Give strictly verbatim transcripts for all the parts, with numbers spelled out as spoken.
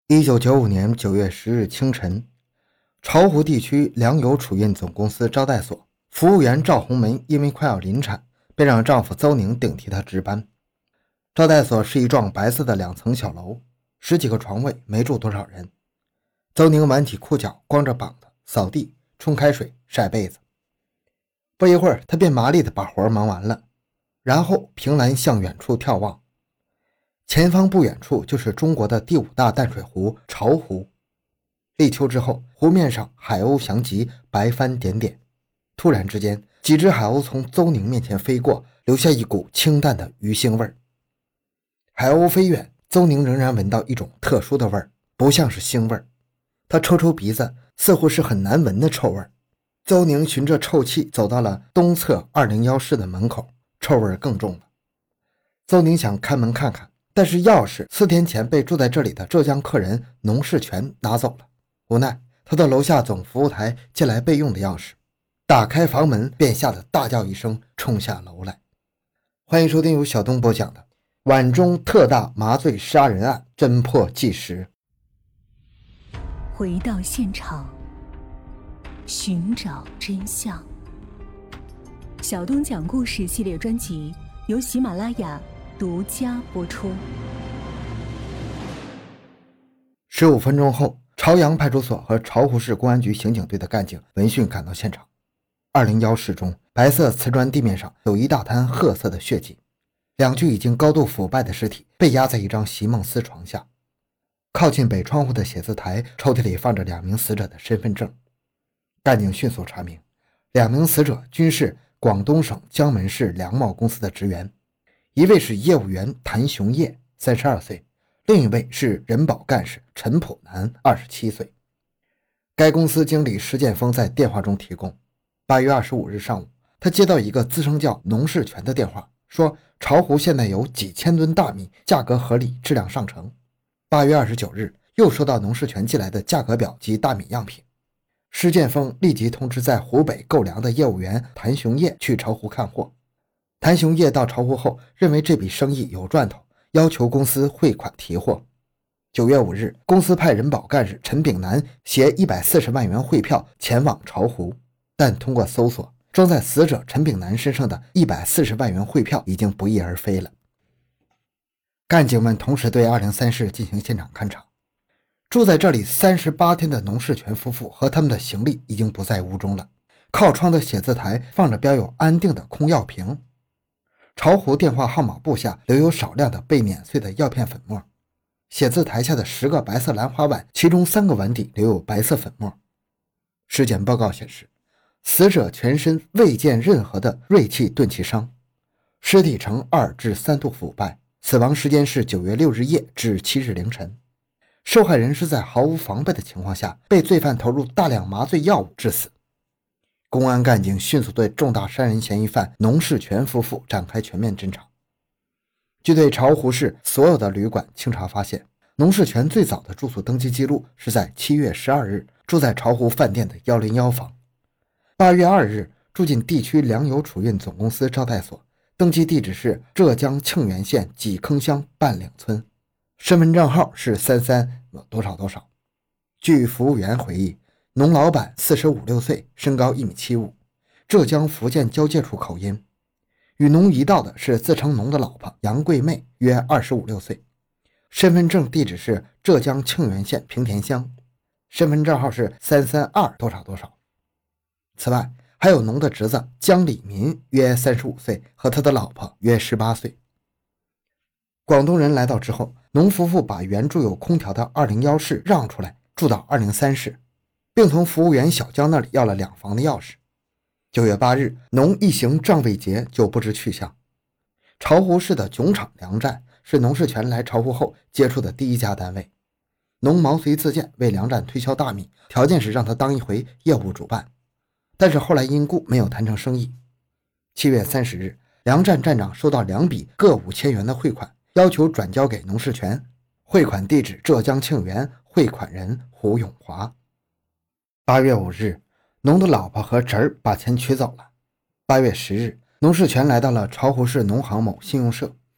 一九九五年九月十日清晨，巢湖地区粮油储运总公司招待所服务员赵红梅因为快要临产，便让丈夫邹宁顶替她值班。招待所是一幢白色的两层小楼，十几个床位，没住多少人。邹宁挽起裤脚，光着膀子扫地、冲开水、晒被子。不一会儿，他便麻利地把活忙完了，然后凭栏向远处眺望。前方不远处就是中国的第五大淡水湖巢湖。立秋之后，湖面上海鸥翔集，白帆点点。突然之间，几只海鸥从邹宁面前飞过，留下一股清淡的鱼腥味。海鸥飞远，邹宁仍然闻到一种特殊的味儿，不像是腥味。他抽抽鼻子，似乎是很难闻的臭味。邹宁循着臭气走到了东侧二零一室的门口，臭味更重了。邹宁想开门看看，但是钥匙四天前被住在这里的浙江客人农世全拿走了。无奈他到楼下总服务台借来备用的钥匙，打开房门便吓得大叫一声，冲下楼来。欢迎收听由小东播讲的皖中特大麻醉杀人案侦破纪实。 回到现场，寻找真相。小东讲故事系列专辑由喜马拉雅独家播出。 十五分钟后，朝阳派出所和巢湖市公安局刑警队的干警闻讯赶到现场。二零一室中，白色瓷砖地面上有一大滩褐色的血迹，两具已经高度腐败的尸体被压在一张席梦思床下。靠近北窗户的写字台抽屉里放着两名死者的身份证。干警迅速查明，两名死者均是广东省江门市粮贸公司的职员，一位是业务员谭雄业三十二岁，另一位是人保干事陈普南二十七岁。该公司经理施建峰在电话中提供，八月二十五日上午，他接到一个自称叫农世全的电话，说巢湖现在有几千吨大米，价格合理，质量上乘。八月二十九日，又收到农世全寄来的价格表及大米样品。施建峰立即通知在湖北购粮的业务员谭雄业去巢湖看货。谭雄业到巢湖后，认为这笔生意有赚头，要求公司汇款提货。九月五日，公司派人保干事陈炳南携一百四十万元汇票前往巢湖，但通过搜索，装在死者陈炳南身上的一百四十万元汇票已经不翼而飞了。干警们同时对二零三室进行现场勘查。住在这里三十八天的农世全夫妇和他们的行李已经不在屋中了。靠窗的写字台放着标有安定的空药瓶。巢湖电话号码簿下留有少量的被碾碎的药片粉末。写字台下的十个白色兰花碗，其中三个碗底留有白色粉末。尸检报告显示，死者全身未见任何的锐器钝器伤，尸体呈二至三度腐败，死亡时间是九月六日夜至七日凌晨。受害人是在毫无防备的情况下被罪犯投入大量麻醉药物致死。公安干警迅速对重大杀人嫌疑犯农世全夫妇展开全面侦查。据对巢湖市所有的旅馆清查发现，农世全最早的住宿登记记录是在七月十二日住在巢湖饭店的一零一房，八月二日住进地区粮油储运总公司招待所，登记地址是浙江庆元县几坑乡半岭村，身份证号是三三多少多少。据服务员回忆，农老板四十五六岁，身高一米七五，浙江福建交界处口音。与农一道的是自称农的老婆杨桂妹，约二十五六岁，身份证地址是浙江庆元县平田乡，身份证号是三三二多少多少。此外，还有农的侄子江礼民，约三十五岁，和他的老婆约十八岁。广东人来到之后，农夫妇把原住有空调的二零一室让出来，住到二零三室，并从服务员小江那里要了两房的钥匙。九月八日，农一行仗未结就不知去向。巢湖市的囧场粮站是农世全来巢湖后接触的第一家单位。农毛遂自荐为粮站推销大米，条件是让他当一回业务主办，但是后来因故没有谈成生意。七月三十日，粮站站长收到两笔各五千元的汇款，要求转交给农世全，汇款地址浙江庆元，汇款人胡永华。八月五日，农的老婆和侄儿把钱取走了。八月十日，农世全来到了巢湖市农行某信用社，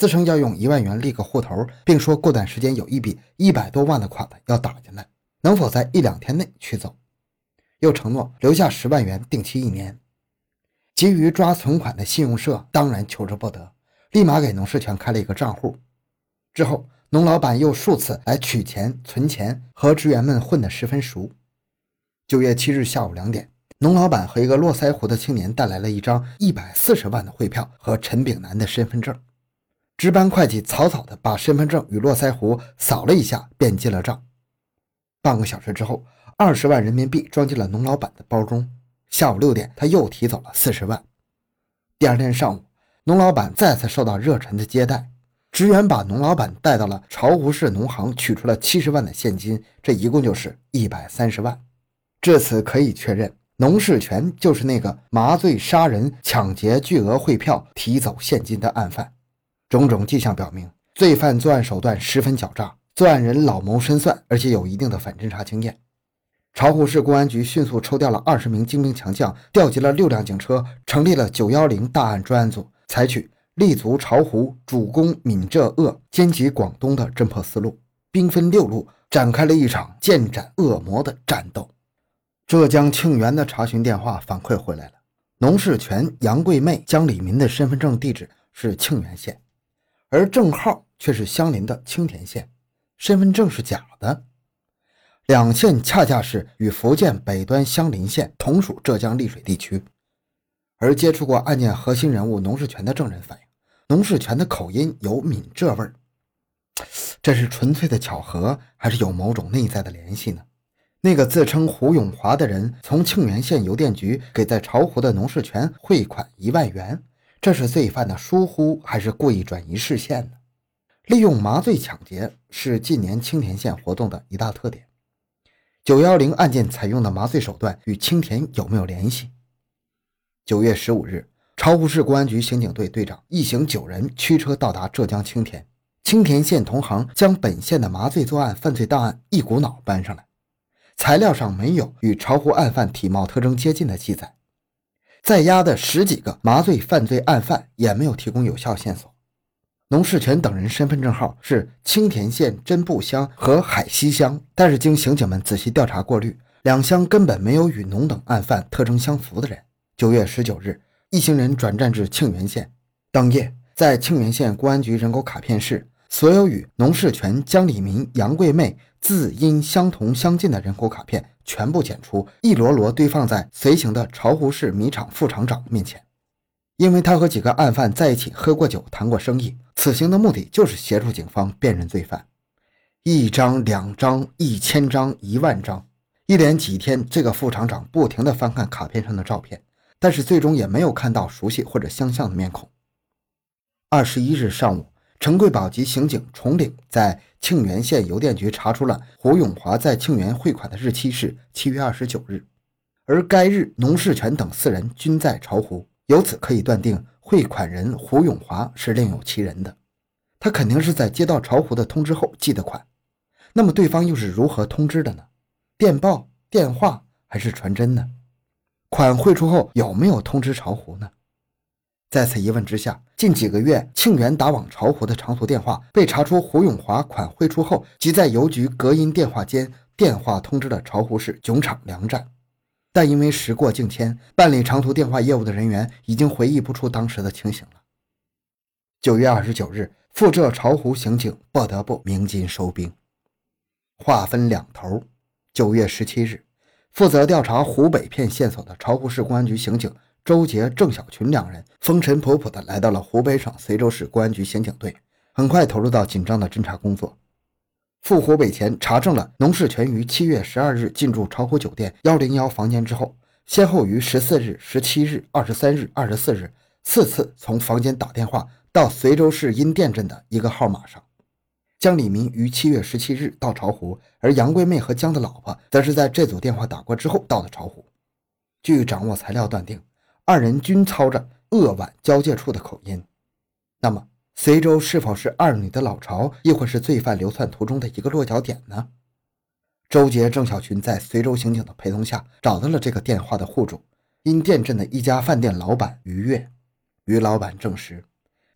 自称要用一万元立个户头，并说过段时间有一笔一百多万的款子要打进来，能否在一两天内取走，又承诺留下十万元定期一年。急于抓存款的信用社当然求之不得，立马给农世全开了一个账户。之后农老板又数次来取钱存钱，和职员们混得十分熟。九月七日下午两点，农老板和一个络腮胡的青年带来了一张一百四十万的汇票和陈炳南的身份证。值班会计草草地把身份证与络腮胡扫了一下，便记了账。半个小时之后，二十万人民币装进了农老板的包中。下午六点，他又提走了四十万。第二天上午，农老板再次受到热忱的接待，职员把农老板带到了巢湖市农行，取出了七十万的现金，这一共就是一百三十万。至此可以确认，农世全就是那个麻醉杀人、抢劫巨额汇票、提走现金的案犯。种种迹象表明，罪犯作案手段十分狡诈，作案人老谋深算，而且有一定的反侦查经验。巢湖市公安局迅速抽调了二十名精兵强将，调集了六辆警车，成立了九一零大案专案组，采取立足巢湖、主攻闽浙鄂、兼及广东的侦破思路，兵分六路，展开了一场剑斩恶魔的战斗。浙江庆元的查询电话反馈回来了，农世全、杨桂妹、江礼民的身份证地址是庆元县，而证号却是相邻的青田县，身份证是假的。两县恰恰是与福建北端相邻县，同属浙江丽水地区。而接触过案件核心人物农世全的证人反映，农世全的口音有闽浙味儿。这是纯粹的巧合，还是有某种内在的联系呢？那个自称胡永华的人从庆元县邮电局给在巢湖的农世全汇款一万元，这是罪犯的疏忽，还是故意转移视线呢？利用麻醉抢劫是近年青田县活动的一大特点。九一零案件采用的麻醉手段与青田有没有联系？九月十五日，巢湖市公安局刑警队队长一行九人驱车到达浙江青田，青田县同行将本县的麻醉作案犯罪档案一股脑搬上来，材料上没有与巢湖案犯体貌特征接近的记载，在押的十几个麻醉犯罪案犯也没有提供有效线索。农世全等人身份证号是青田县真布乡和海西乡，但是经刑警们仔细调查过滤，两乡根本没有与农等案犯特征相符的人。九月十九日，一行人转战至庆元县，当夜在庆元县公安局人口卡片室，所有与农世全、江礼民、杨桂妹字音相同相近的人口卡片全部检出，一摞摞堆放在随行的巢湖市米厂副厂长面前。因为他和几个案犯在一起喝过酒谈过生意，此行的目的就是协助警方辨认罪犯。一张两张一千张一万张，一连几天，这个副厂长不停地翻看卡片上的照片，但是最终也没有看到熟悉或者相像的面孔。二十一日上午，陈贵宝及刑警重岭在庆元县邮电局查出了胡永华在庆元汇款的日期是七月二十九日，而该日农世全等四人均在巢湖，由此可以断定汇款人胡永华是另有其人的，他肯定是在接到巢湖的通知后寄的款。那么对方又是如何通知的呢？电报、电话还是传真呢？款汇出后有没有通知巢湖呢？在此疑问之下，近几个月庆元打往巢湖的长途电话被查出胡永华款汇出后即在邮局隔音电话间电话通知了巢湖市囧场粮站，但因为时过境迁，办理长途电话业务的人员已经回忆不出当时的情形了。九月二十九日，赴浙巢湖刑警不得不鸣金收兵。话分两头，九月十七日，负责调查湖北片线索的巢湖市公安局刑警周杰、郑小群两人风尘仆仆地来到了湖北省随州市公安局刑警队，很快投入到紧张的侦查工作。赴湖北前查证了农世全于七月十二日进驻巢湖酒店一零一房间之后，先后于十四日、十七日、二十三日、二十四日四次从房间打电话到随州市阴店镇的一个号码上。江礼民于七月十七日到巢湖，而杨桂妹和江的老婆则是在这组电话打过之后到了巢湖。据掌握材料断定，二人均操着鄂皖交界处的口音。那么随州是否是二女的老巢，亦或是罪犯流窜途中的一个落脚点呢？周杰、郑小群在随州刑警的陪同下找到了这个电话的户主，阴店镇的一家饭店老板于越。于老板证实，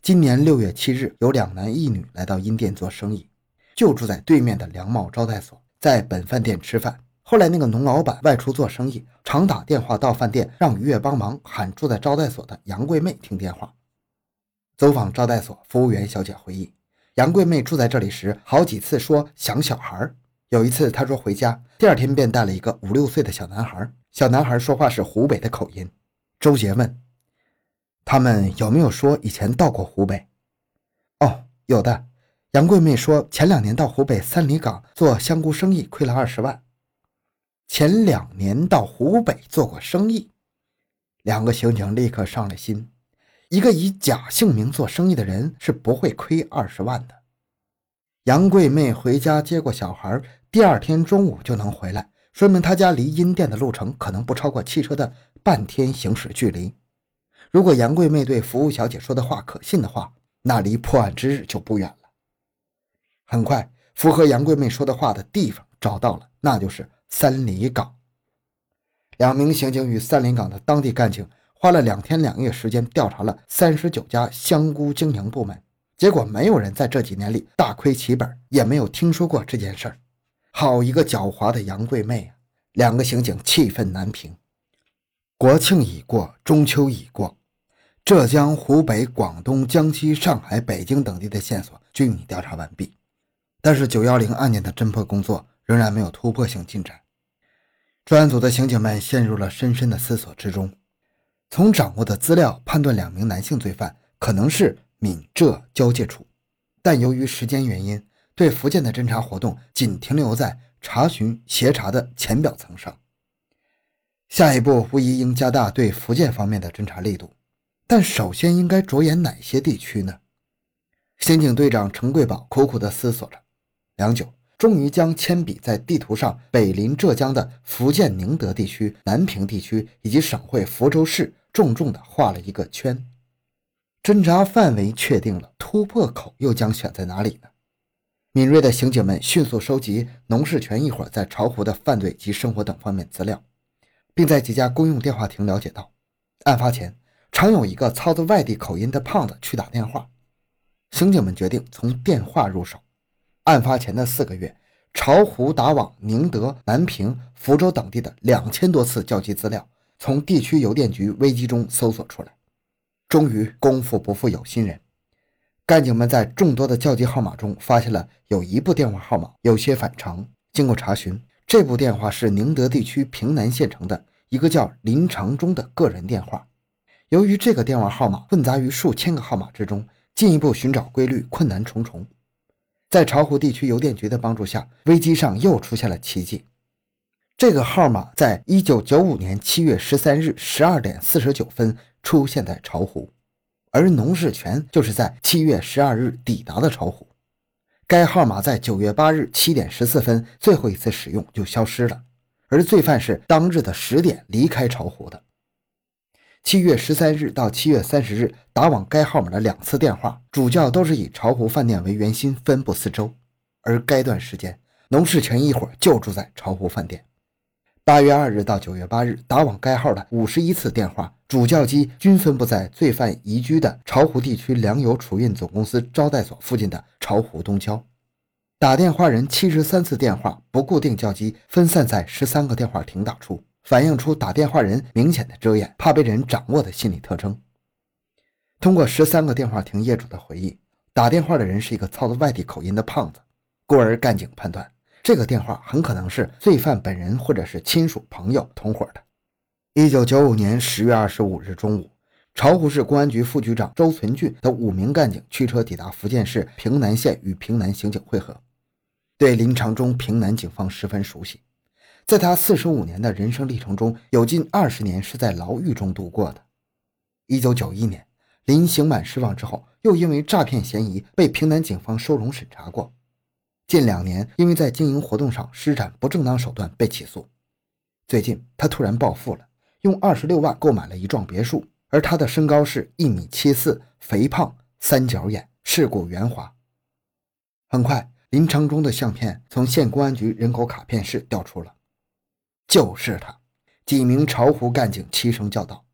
今年六月七日，有两男一女来到阴店做生意，就住在对面的良茂招待所，在本饭店吃饭。后来那个农老板外出做生意，常打电话到饭店让于月帮忙喊住在招待所的杨桂妹听电话。走访招待所，服务员小姐回忆，杨桂妹住在这里时好几次说想小孩，有一次她说回家，第二天便带了一个五六岁的小男孩，小男孩说话是湖北的口音。周杰问，他们有没有说以前到过湖北？哦，有的。杨桂妹说前两年到湖北三里岗做香菇生意亏了二十万。前两年到湖北做过生意。两个刑警立刻上了心，一个以假姓名做生意的人是不会亏二十万的。杨桂妹回家接过小孩，第二天中午就能回来，说明她家离阴店的路程可能不超过汽车的半天行驶距离。如果杨桂妹对服务小姐说的话可信的话，那离破案之日就不远了。很快，符合杨桂妹说的话的地方找到了，那就是三里岗。两名刑警与三里岗的当地干警花了两天两夜时间调查了三十九家香菇经营部门，结果没有人在这几年里大亏其本，也没有听说过这件事儿。好一个狡猾的杨桂妹啊！两个刑警气愤难平。国庆已过，中秋已过，浙江、湖北、广东、江西、上海、北京等地的线索均已调查完毕，但是九一零案件的侦破工作仍然没有突破性进展。专案组的刑警们陷入了深深的思索之中。从掌握的资料判断，两名男性罪犯可能是闽浙交界处，但由于时间原因，对福建的侦查活动仅停留在查询协查的浅表层上。下一步无疑应加大对福建方面的侦查力度，但首先应该着眼哪些地区呢？刑警队长程贵宝苦苦地思索着，良久，终于将铅笔在地图上北临浙江的福建宁德地区、南平地区以及省会福州市重重地画了一个圈。侦查范围确定了，突破口又将选在哪里呢？敏锐的刑警们迅速收集农世全一伙在巢湖的犯罪及生活等方面资料，并在几家公用电话亭了解到，案发前常有一个操着外地口音的胖子去打电话。刑警们决定从电话入手。案发前的四个月，巢湖打往宁德、南平、福州等地的两千多次叫机资料，从地区邮电局危机中搜索出来。终于功夫不负有心人，干警们在众多的叫机号码中发现了有一部电话号码有些反常。经过查询，这部电话是宁德地区平南县城的一个叫林长忠的个人电话。由于这个电话号码混杂于数千个号码之中，进一步寻找规律困难重重。在巢湖地区邮电局的帮助下，危机上又出现了奇迹。这个号码在一九九五年七月十三日十二点四十九分出现在巢湖，而农世全就是在七月十二日抵达的巢湖。该号码在九月八日七点十四分最后一次使用就消失了，而罪犯是当日的十点离开巢湖的。七月十三日到七月三十日打往该号码的两次电话，主教都是以巢湖饭店为圆心分布四周，而该段时间农世全一伙就住在巢湖饭店。八月二日到九月八日打往该号的五十一次电话，主教机均分布在罪犯移居的巢湖地区粮油储运总公司招待所附近的巢湖东郊。打电话人七十三次电话不固定叫机分散在十三个电话亭打出，反映出打电话人明显的遮掩，怕被人掌握的心理特征。通过十三个电话亭业主的回忆，打电话的人是一个操着外地口音的胖子，故而干警判断这个电话很可能是罪犯本人或者是亲属朋友同伙的。一九九五年十月二十五日中午，巢湖市公安局副局长周存俊的五名干警驱车抵达福建市平南县与平南刑警会合。对林长忠平南警方十分熟悉，在他四十五年的人生历程中，有近二十年是在牢狱中度过的。一九九一年，林刑满释放之后，又因为诈骗嫌疑被平南警方收容审查过。近两年因为在经营活动上施展不正当手段被起诉。最近他突然暴富了，用二十六万购买了一幢别墅，而他的身高是一米七四，肥胖，三角眼，世故圆滑。很快，林长忠的相片从县公安局人口卡片室调出了。就是他，几名巢湖干警齐声叫道。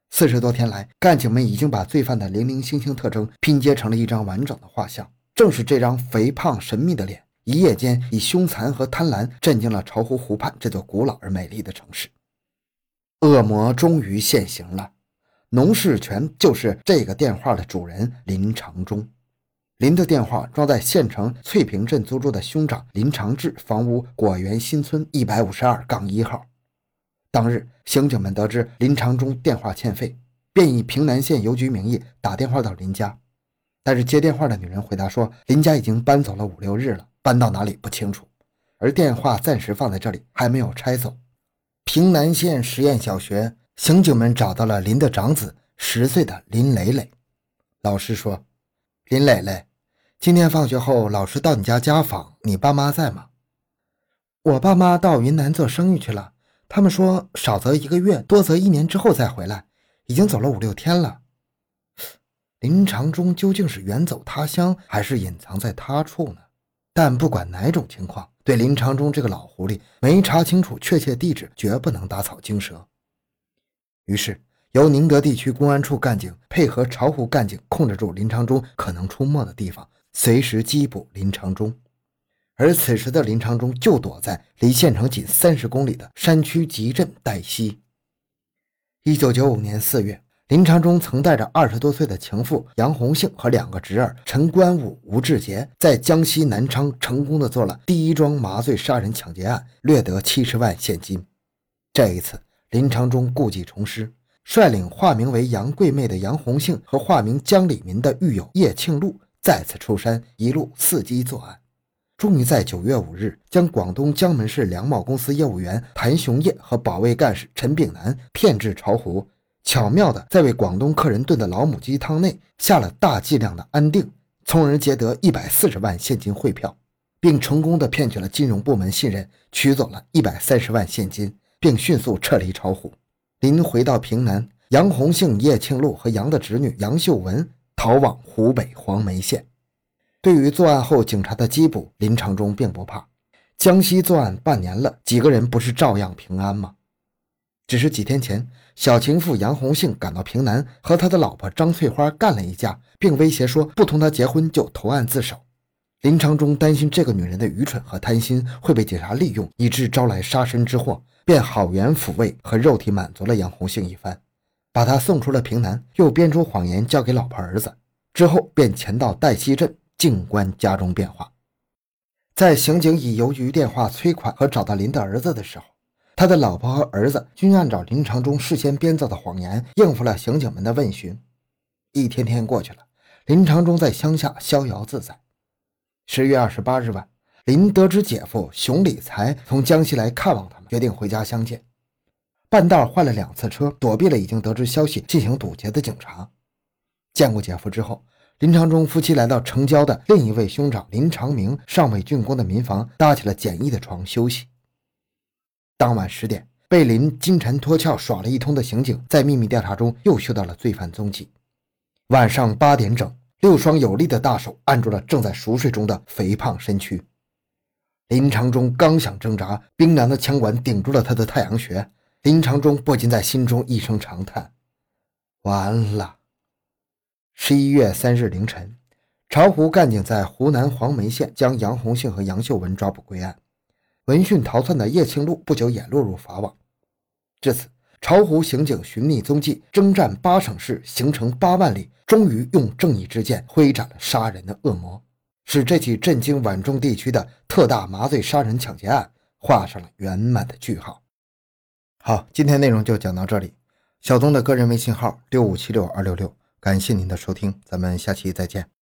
四十多天来，干警们已经把罪犯的零零星星特征拼接成了一张完整的画像。正是这张肥胖神秘的脸，一夜间以凶残和贪婪震惊了巢湖湖畔这座古老而美丽的城市。恶魔终于现形了，农世全就是这个电话的主人林长忠。林的电话装在县城翠屏镇租住的兄长林长志房屋果园新村一百五十二杠一号。当日，刑警们得知林长忠电话欠费，便以平南县邮局名义打电话到林家。但是接电话的女人回答说，林家已经搬走了五六日了，搬到哪里不清楚，而电话暂时放在这里，还没有拆走。平南县实验小学，刑警们找到了林的长子十岁的林磊磊。老师说，林磊磊，今天放学后老师到你家家访，你爸妈在吗？我爸妈到云南做生意去了，他们说少则一个月，多则一年之后再回来，已经走了五六天了。林长忠究竟是远走他乡，还是隐藏在他处呢？但不管哪种情况，对林长忠这个老狐狸没查清楚确切地址，绝不能打草惊蛇。于是由宁德地区公安处干警配合巢湖干警控制住林长忠可能出没的地方，随时缉捕林长忠。而此时的林长忠就躲在离县城仅三十公里的山区集镇黛溪。一九九五年四月，林长忠曾带着二十多岁的情妇杨红杏和两个侄儿陈观武、吴志杰，在江西南昌成功的做了第一桩麻醉杀人抢劫案，掠得七十万现金。这一次，林长忠故技重施，率领化名为杨桂妹的杨红杏和化名江礼民的狱友叶庆禄再次出山，一路伺机作案。终于在九月五日，将广东江门市粮贸公司业务员谭雄业和保卫干事陈炳南骗至巢湖，巧妙地在为广东客人炖的老母鸡汤内下了大剂量的安定，从而劫得一百四十万现金汇票，并成功地骗取了金融部门信任，取走了一百三十万现金，并迅速撤离巢湖。临回到平南，杨红杏、叶庆禄和杨的侄女杨秀文逃往湖北黄梅县。对于作案后警察的缉捕，林长忠并不怕。江西作案半年了，几个人不是照样平安吗？只是几天前，小情妇杨红杏赶到平南，和他的老婆张翠花干了一架，并威胁说不同他结婚就投案自首。林长忠担心这个女人的愚蠢和贪心会被警察利用，以致招来杀身之祸，便好言抚慰和肉体满足了杨红杏一番，把她送出了平南，又编出谎言交给老婆儿子，之后便潜到黛溪镇静观家中变化。在刑警以邮局电话催款和找到林的儿子的时候，他的老婆和儿子均按照林长忠事先编造的谎言应付了刑警们的问询。一天天过去了，林长忠在乡下逍遥自在。十月二十八日晚，林得知姐夫熊理财从江西来看望他们，决定回家相见。半道换了两次车，躲避了已经得知消息进行堵截的警察。见过姐夫之后，林长忠夫妻来到城郊的另一位兄长林长明尚未竣工的民房，搭起了简易的床休息。当晚十点，被林金蝉脱壳耍了一通的刑警在秘密调查中又嗅到了罪犯踪迹。晚上八点整，六双有力的大手按住了正在熟睡中的肥胖身躯。林长忠刚想挣扎，冰凉的枪管顶住了他的太阳穴。林长忠不禁在心中一声长叹，完了。十一月三日凌晨，巢湖干警在湖南黄梅县将杨红杏和杨秀文抓捕归案。闻讯逃窜的叶庆禄不久也落入法网。至此，巢湖刑警寻觅踪迹，征战八省市，行程八万里，终于用正义之剑挥斩了杀人的恶魔，使这起震惊皖中地区的特大麻醉杀人抢劫案画上了圆满的句号。好，今天内容就讲到这里。小东的个人微信号六五七六二六六，感谢您的收听，咱们下期再见。